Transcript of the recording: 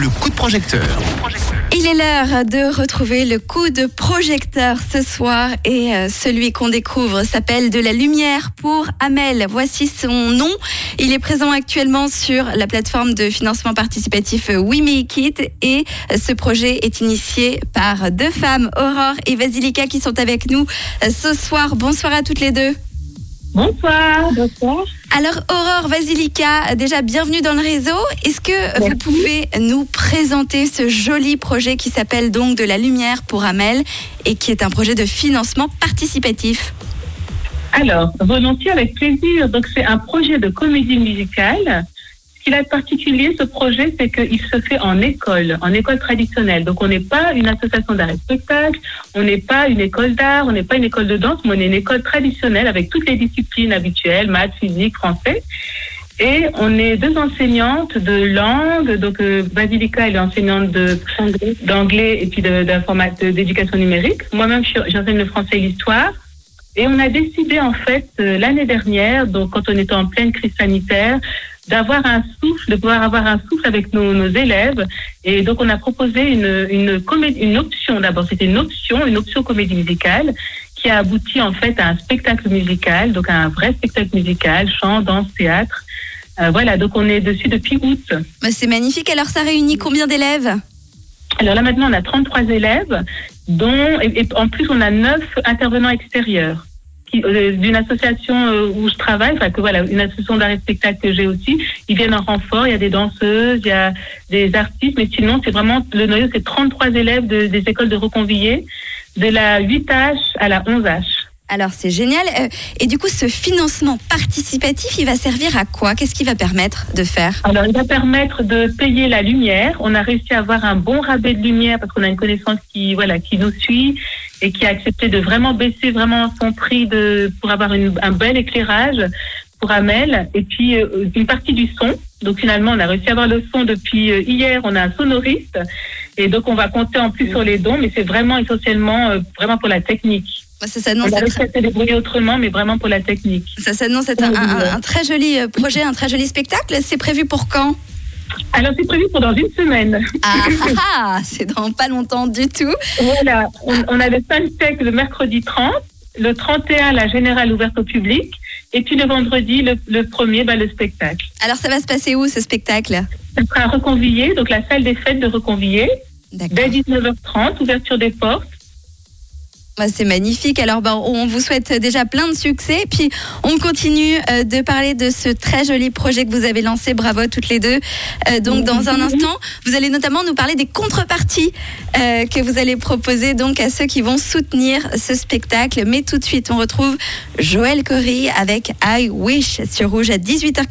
le coup de projecteur. Il est l'heure de retrouver le coup de projecteur ce soir et celui qu'on découvre s'appelle De la lumière pour Amel. Voici son nom. Il est présent actuellement sur la plateforme de financement participatif We Make It et ce projet est initié par deux femmes, Aurore et Vasilika, qui sont avec nous ce soir. Bonsoir à toutes les deux. Bonsoir. Bonsoir. Alors Aurore, Vasilika, déjà bienvenue dans le réseau. Est-ce que vous pouvez nous présenter ce joli projet qui s'appelle donc De la lumière pour Amel et qui est un projet de financement participatif? Alors, volontiers, avec plaisir. Donc c'est un projet de comédie musicale. Ce qu'il a de particulier, ce projet, c'est qu'il se fait en école traditionnelle. Donc on n'est pas une association d'art et spectacle, on n'est pas une école d'art, on n'est pas une école de danse, mais on est une école traditionnelle avec toutes les disciplines habituelles, maths, physique, français. Et on est deux enseignantes de langue. Donc Vasilika, elle est enseignante d'anglais et puis d'éducation numérique. Moi-même, j'enseigne le français et l'histoire. Et on a décidé en fait l'année dernière, donc quand on était en pleine crise sanitaire, de pouvoir avoir un souffle avec nos élèves. Et donc on a proposé une option. D'abord, c'était une option comédie musicale qui a abouti en fait à un spectacle musical, donc à un vrai spectacle musical, chant, danse, théâtre. Voilà, donc on est dessus depuis août. C'est magnifique. Alors ça réunit combien d'élèves ? Alors là maintenant on a 33 élèves, et en plus on a 9 intervenants extérieurs. D'une association où je travaille, une association d'art et spectacle que j'ai aussi, ils viennent en renfort, il y a des danseuses, il y a des artistes, mais sinon c'est vraiment, le noyau c'est 33 élèves des écoles de Reconvillé, de la 8H à la 11H. Alors c'est génial, et du coup ce financement participatif, il va servir à quoi ? Qu'est-ce qu'il va permettre de faire ? Alors il va permettre de payer la lumière. On a réussi à avoir un bon rabais de lumière parce qu'on a une connaissance qui nous suit et qui a accepté de vraiment baisser son prix pour avoir un bel éclairage pour Amel. Et puis une partie du son. Donc finalement on a réussi à avoir le son depuis hier. On a un sonoriste et donc on va compter en plus sur les dons, mais c'est vraiment essentiellement vraiment pour la technique. Ça s'annonce on a réussi à se débrouiller autrement, mais vraiment pour la technique. Ça s'annonce être un très joli projet, un très joli spectacle. C'est prévu pour quand ? Alors c'est prévu pour dans une semaine. C'est dans pas longtemps du tout. Voilà, on a le Soundcheck le mercredi 30, le 31 la générale ouverte au public, et puis le vendredi le 1er le spectacle. Alors ça va se passer où ce spectacle ? Ça sera à Reconvillé, donc la salle des fêtes de Reconvillé, dès 19h30, ouverture des portes. C'est magnifique. Alors, on vous souhaite déjà plein de succès. Puis, on continue de parler de ce très joli projet que vous avez lancé. Bravo à toutes les deux. Donc, dans un instant, vous allez notamment nous parler des contreparties que vous allez proposer donc à ceux qui vont soutenir ce spectacle. Mais tout de suite, on retrouve Joël Corry avec I Wish sur Rouge à 18h40.